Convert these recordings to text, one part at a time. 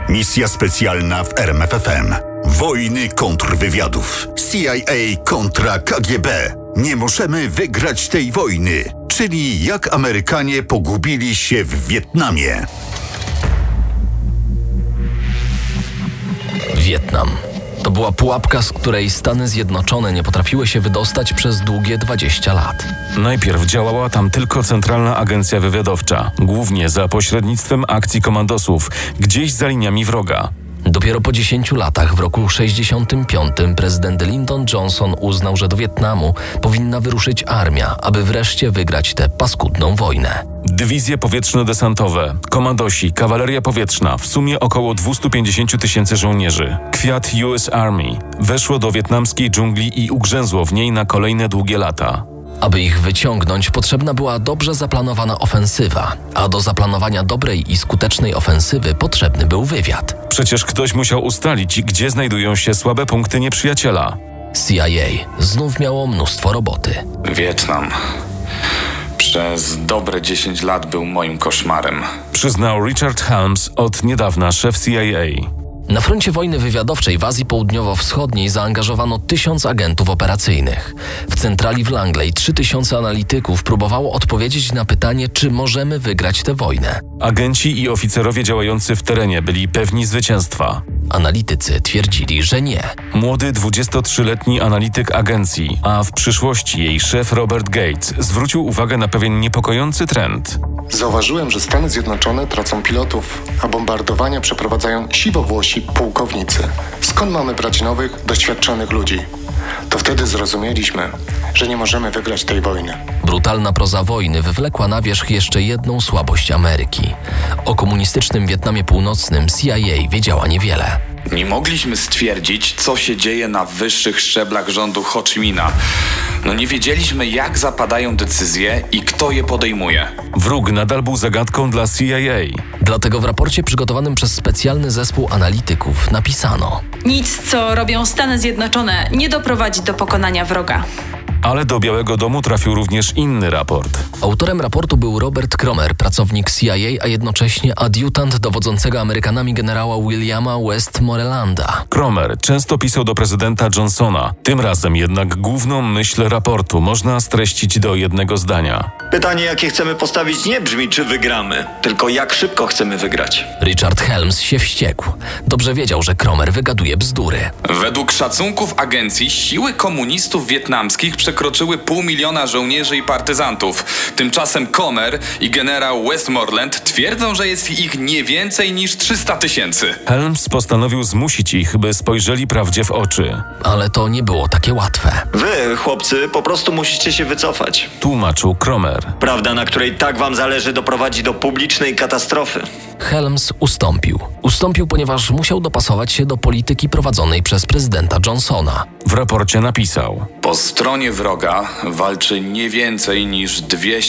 Misja specjalna w RMFFM. Wojny kontrwywiadów. CIA kontra KGB. Nie możemy wygrać tej wojny. Czyli jak Amerykanie pogubili się w Wietnamie. Wietnam. To była pułapka, z której Stany Zjednoczone nie potrafiły się wydostać przez długie 20 lat. Najpierw działała tam tylko Centralna Agencja Wywiadowcza, głównie za pośrednictwem akcji komandosów, gdzieś za liniami wroga. Dopiero po 10 latach, w roku 65, prezydent Lyndon Johnson uznał, że do Wietnamu powinna wyruszyć armia, aby wreszcie wygrać tę paskudną wojnę. Dywizje powietrzno-desantowe, komandosi, kawaleria powietrzna, w sumie około 250 tysięcy żołnierzy. Kwiat US Army weszło do wietnamskiej dżungli i ugrzęzło w niej na kolejne długie lata. Aby ich wyciągnąć, potrzebna była dobrze zaplanowana ofensywa, a do zaplanowania dobrej i skutecznej ofensywy potrzebny był wywiad. Przecież ktoś musiał ustalić, gdzie znajdują się słabe punkty nieprzyjaciela. CIA znów miało mnóstwo roboty. Wietnam. Przez dobre 10 lat był moim koszmarem. Przyznał Richard Helms, od niedawna szef CIA. Na froncie wojny wywiadowczej w Azji Południowo-Wschodniej zaangażowano 1000 agentów operacyjnych. W centrali w Langley 3000 analityków próbowało odpowiedzieć na pytanie, czy możemy wygrać tę wojnę. Agenci i oficerowie działający w terenie byli pewni zwycięstwa. Analitycy twierdzili, że nie. Młody 23-letni analityk agencji, a w przyszłości jej szef Robert Gates, zwrócił uwagę na pewien niepokojący trend. Zauważyłem, że Stany Zjednoczone tracą pilotów, a bombardowania przeprowadzają siwowłosi pułkownicy. Skąd mamy brać nowych, doświadczonych ludzi? To wtedy zrozumieliśmy, że nie możemy wygrać tej wojny. Brutalna proza wojny wywlekła na wierzch jeszcze jedną słabość Ameryki. O komunistycznym Wietnamie Północnym CIA wiedziała niewiele. Nie mogliśmy stwierdzić, co się dzieje na wyższych szczeblach rządu Ho Chi Minha. Nie wiedzieliśmy, jak zapadają decyzje i kto je podejmuje. Wróg nadal był zagadką dla CIA. Dlatego w raporcie przygotowanym przez specjalny zespół analityków napisano: nic, co robią Stany Zjednoczone, nie doprowadzi do pokonania wroga. Ale do Białego Domu trafił również inny raport. Autorem raportu był Robert Cromer, pracownik CIA, a jednocześnie adiutant dowodzącego Amerykanami generała Williama Westmorelanda. Cromer często pisał do prezydenta Johnsona. Tym razem jednak główną myśl raportu można streścić do jednego zdania. Pytanie, jakie chcemy postawić, nie brzmi, czy wygramy, tylko jak szybko chcemy wygrać. Richard Helms się wściekł. Dobrze wiedział, że Cromer wygaduje bzdury. Według szacunków agencji siły komunistów wietnamskich przekroczyły 500 000 żołnierzy i partyzantów. Tymczasem Cromer i generał Westmoreland twierdzą, że jest ich nie więcej niż 300 000. Helms postanowił zmusić ich, by spojrzeli prawdzie w oczy. Ale to nie było takie łatwe. Wy, chłopcy, po prostu musicie się wycofać. Tłumaczył Cromer. Prawda, na której tak wam zależy, doprowadzi do publicznej katastrofy. Helms ustąpił. Ustąpił, ponieważ musiał dopasować się do polityki prowadzonej przez prezydenta Johnsona. W raporcie napisał: po stronie wroga walczy nie więcej niż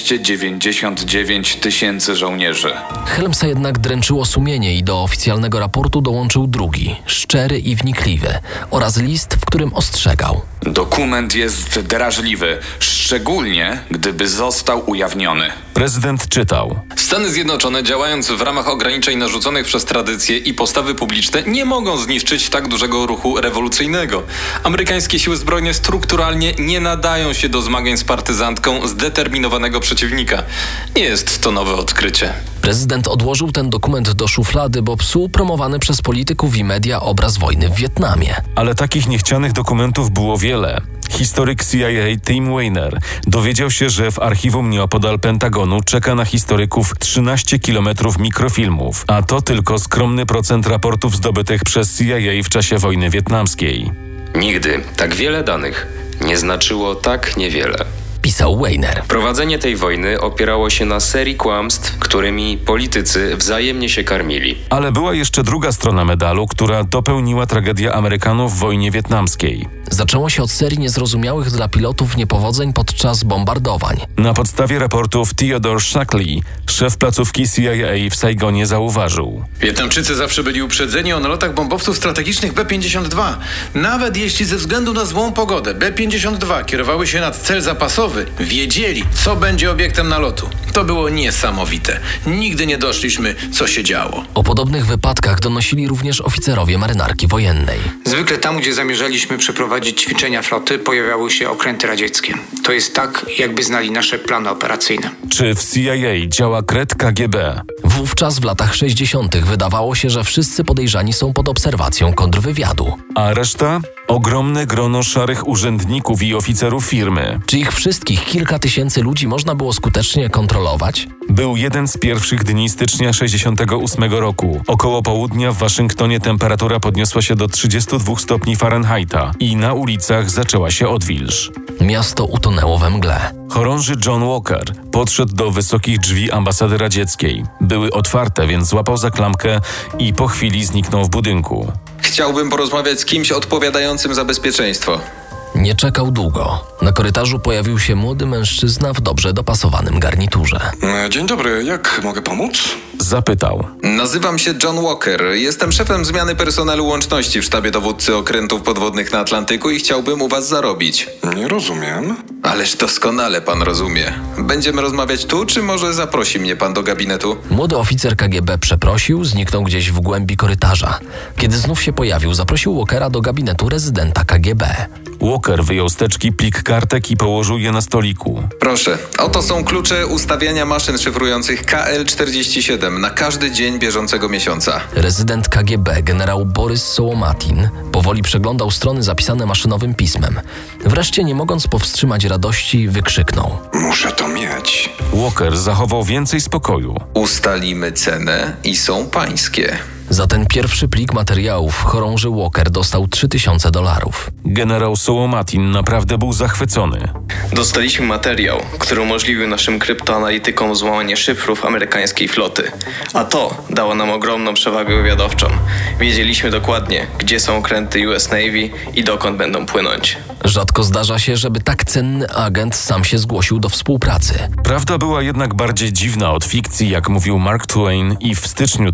299 000 żołnierzy. Helmsa jednak dręczyło sumienie i do oficjalnego raportu dołączył drugi, szczery i wnikliwy, oraz list, w którym ostrzegał. Dokument jest drażliwy, szczególnie gdyby został ujawniony. Prezydent czytał: Stany Zjednoczone, działając w ramach ograniczeń narzuconych przez tradycje i postawy publiczne, nie mogą zniszczyć tak dużego ruchu rewolucyjnego. Amerykańskie siły zbrojne strukturalnie nie nadają się do zmagań z partyzantką zdeterminowanego przeciwnika. Nie jest to nowe odkrycie. Prezydent odłożył ten dokument do szuflady, bo psuł promowany przez polityków i media obraz wojny w Wietnamie. Ale takich niechcianych dokumentów było wiele. Historyk CIA Tim Weiner dowiedział się, że w archiwum nieopodal Pentagonu czeka na historyków 13 kilometrów mikrofilmów, a to tylko skromny procent raportów zdobytych przez CIA w czasie wojny wietnamskiej. Nigdy tak wiele danych nie znaczyło tak niewiele. Pisał Weiner. Prowadzenie tej wojny opierało się na serii kłamstw, którymi politycy wzajemnie się karmili. Ale była jeszcze druga strona medalu, która dopełniła tragedia Amerykanów w wojnie wietnamskiej. Zaczęło się od serii niezrozumiałych dla pilotów niepowodzeń podczas bombardowań. Na podstawie raportów Theodore Shackley, szef placówki CIA w Saigonie, zauważył: Wietnamczycy zawsze byli uprzedzeni o nalotach bombowców strategicznych B-52. Nawet jeśli ze względu na złą pogodę B-52 kierowały się nad cel zapasowy, gotowy. Wiedzieli, co będzie obiektem nalotu. To było niesamowite. Nigdy nie doszliśmy, co się działo. O podobnych wypadkach donosili również oficerowie marynarki wojennej. Zwykle tam, gdzie zamierzaliśmy przeprowadzić ćwiczenia floty, pojawiały się okręty radzieckie. To jest tak, jakby znali nasze plany operacyjne. Czy w CIA działa kret KGB? Wówczas w latach 60. wydawało się, że wszyscy podejrzani są pod obserwacją kontrwywiadu. A reszta? Ogromne grono szarych urzędników i oficerów firmy. Czy ich wszystkich kilka tysięcy ludzi można było skutecznie kontrolować? Był jeden z pierwszych dni stycznia 68 roku. Około południa w Waszyngtonie temperatura podniosła się do 32 stopni Fahrenheita i na ulicach zaczęła się odwilż. Miasto utonęło we mgle. Chorąży John Walker podszedł do wysokich drzwi ambasady radzieckiej. Były otwarte, więc złapał za klamkę i po chwili zniknął w budynku. Chciałbym porozmawiać z kimś odpowiadającym za bezpieczeństwo. Nie czekał długo. Na korytarzu pojawił się młody mężczyzna w dobrze dopasowanym garniturze. Dzień dobry, jak mogę pomóc? Zapytał. Nazywam się John Walker. Jestem szefem zmiany personelu łączności w sztabie dowódcy okrętów podwodnych na Atlantyku i chciałbym u was zarobić. Nie rozumiem. Ależ doskonale pan rozumie. Będziemy rozmawiać tu, czy może zaprosi mnie pan do gabinetu? Młody oficer KGB przeprosił, zniknął gdzieś w głębi korytarza. Kiedy znów się pojawił, zaprosił Walkera do gabinetu rezydenta KGB. Walker wyjął z teczki plik kartek i położył je na stoliku. Proszę, oto są klucze ustawiania maszyn szyfrujących KL-47 na każdy dzień bieżącego miesiąca. Rezydent KGB, generał Borys Sołomatin, powoli przeglądał strony zapisane maszynowym pismem. Wreszcie, nie mogąc powstrzymać radości, wykrzyknął. Muszę to mieć. Walker zachował więcej spokoju. Ustalimy cenę i są pańskie. Za ten pierwszy plik materiałów chorąży Walker dostał $3000. Generał Sołomatin naprawdę był zachwycony. Dostaliśmy materiał, który umożliwił naszym kryptoanalitykom złamanie szyfrów amerykańskiej floty. A to dało nam ogromną przewagę wywiadowczą. Wiedzieliśmy dokładnie, gdzie są okręty US Navy i dokąd będą płynąć. Rzadko zdarza się, żeby tak cenny agent sam się zgłosił do współpracy. Prawda była jednak bardziej dziwna od fikcji, jak mówił Mark Twain, i w styczniu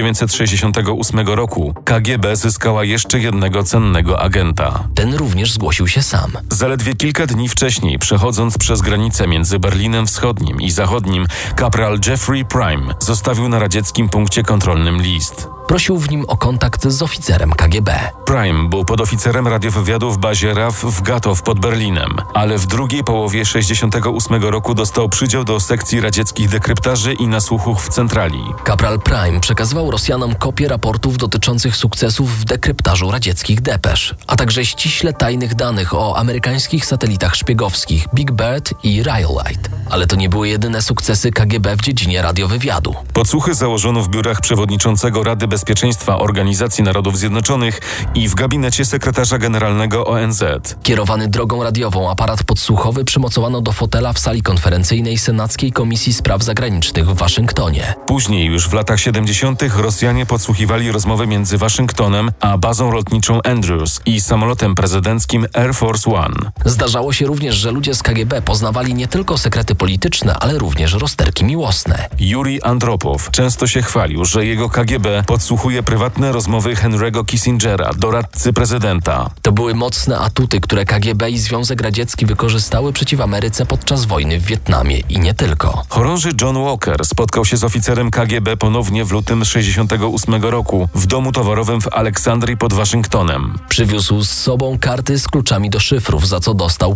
1968 roku KGB zyskała jeszcze jednego cennego agenta. Ten również zgłosił się sam. Zaledwie kilka dni wcześniej, przechodząc przez granicę między Berlinem Wschodnim i Zachodnim, kapral Jeffrey Prime zostawił na radzieckim punkcie kontrolnym list. Prosił w nim o kontakt z oficerem KGB. Prime był podoficerem radiowywiadu w bazie RAF w Gatow pod Berlinem, ale w drugiej połowie 1968 roku dostał przydział do sekcji radzieckich dekryptaży i nasłuchów w centrali. Kapral Prime przekazywał Rosjanom kopie raportów dotyczących sukcesów w dekryptażu radzieckich depesz, a także ściśle tajnych danych o amerykańskich satelitach szpiegowskich Big Bird i Rhyolite. Ale to nie były jedyne sukcesy KGB w dziedzinie radiowywiadu. Podsłuchy założono w biurach przewodniczącego Rady Bezpieczeństwa Organizacji Narodów Zjednoczonych i w gabinecie sekretarza generalnego ONZ. Kierowany drogą radiową aparat podsłuchowy przymocowano do fotela w sali konferencyjnej Senackiej Komisji Spraw Zagranicznych w Waszyngtonie. Później, już w latach 70. Rosjanie podsłuchiwali rozmowy między Waszyngtonem a bazą lotniczą Andrews i samolotem prezydenckim Air Force One. Zdarzało się również, że ludzie z KGB poznawali nie tylko sekrety polityczne, ale również rozterki miłosne. Jurij Andropow często się chwalił, że jego KGB podsłuchuje prywatne rozmowy Henry'ego Kissingera, doradcy prezydenta. To były mocne atuty, które KGB i Związek Radziecki wykorzystały przeciw Ameryce podczas wojny w Wietnamie i nie tylko. Chorąży John Walker spotkał się z oficerem KGB ponownie w lutym 1968 roku w domu towarowym w Aleksandrii pod Waszyngtonem. Przywiózł z sobą karty z kluczami do szyfrów, za co dostał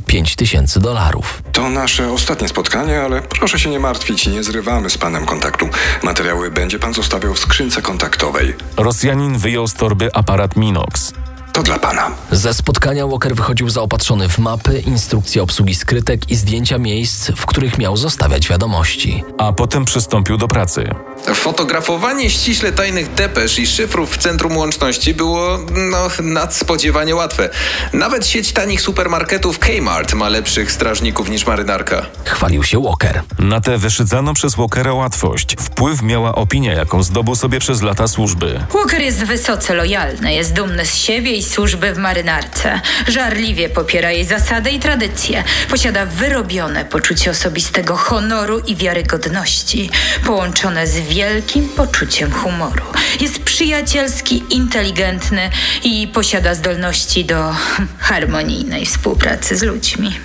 $5000. To nasze ostatnie spotkanie, ale proszę się nie martwić, nie zrywamy z panem kontaktu. Materiały będzie pan zostawiał w skrzynce kontaktowej. Rosjanin wyjął z torby aparat Minox. To dla pana. Ze spotkania Walker wychodził zaopatrzony w mapy, instrukcje obsługi skrytek i zdjęcia miejsc, w których miał zostawiać wiadomości. A potem przystąpił do pracy. Fotografowanie ściśle tajnych depesz i szyfrów w centrum łączności było, nadspodziewanie łatwe. Nawet sieć tanich supermarketów Kmart ma lepszych strażników niż marynarka. Chwalił się Walker. Na tę wyszydzano przez Walkera łatwość wpływ miała opinia, jaką zdobył sobie przez lata służby. Walker jest wysoce lojalny, jest dumny z siebie i służby w marynarce. Żarliwie popiera jej zasady i tradycje. Posiada wyrobione poczucie osobistego honoru i wiarygodności, połączone z wielkim poczuciem humoru. Jest przyjacielski, inteligentny i posiada zdolności do harmonijnej współpracy z ludźmi.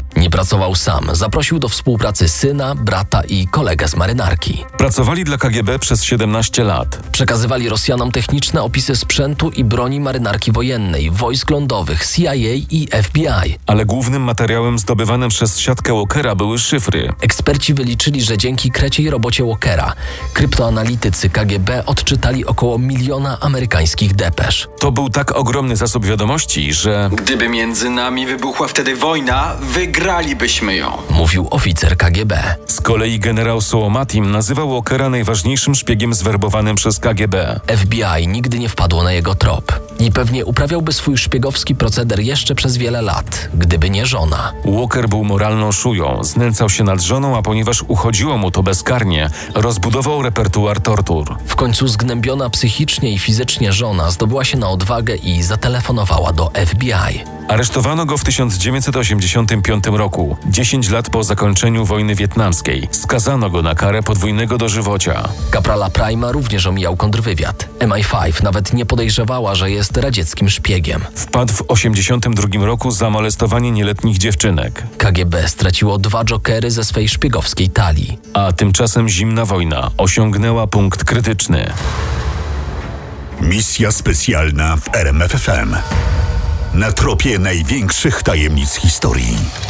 Nie pracował sam. Zaprosił do współpracy syna, brata i kolegę z marynarki. Pracowali dla KGB przez 17 lat. Przekazywali Rosjanom techniczne opisy sprzętu i broni marynarki wojennej, wojsk lądowych, CIA i FBI. Ale głównym materiałem zdobywanym przez siatkę Walkera były szyfry. Eksperci wyliczyli, że dzięki kreciej robocie Walkera kryptoanalitycy KGB odczytali około 1 miliona amerykańskich depesz. To był tak ogromny zasób wiadomości, że... Gdyby między nami wybuchła wtedy wojna, wygralibyśmy ją. Mówił oficer KGB. Z kolei generał Sołomatim nazywał Walkera najważniejszym szpiegiem zwerbowanym przez KGB. FBI nigdy nie wpadło na jego trop i pewnie uprawiałby swój szpiegowski proceder jeszcze przez wiele lat, gdyby nie żona. Walker był moralną szują, znęcał się nad żoną, a ponieważ uchodziło mu to bezkarnie, rozbudował repertuar tortur. W końcu zgnębiona psychicznie i fizycznie żona zdobyła się na odwagę i zatelefonowała do FBI. Aresztowano go w 1985 roku, 10 lat po zakończeniu wojny wietnamskiej. Skazano go na karę podwójnego dożywocia. Kaprala Prima również omijał kontrwywiad. MI5 nawet nie podejrzewała, że jest radzieckim szpiegiem. Wpadł w 1982 roku za molestowanie nieletnich dziewczynek. KGB straciło 2 jokery ze swej szpiegowskiej talii. A tymczasem zimna wojna osiągnęła punkt krytyczny. Misja specjalna w RMF FM. Na tropie największych tajemnic historii.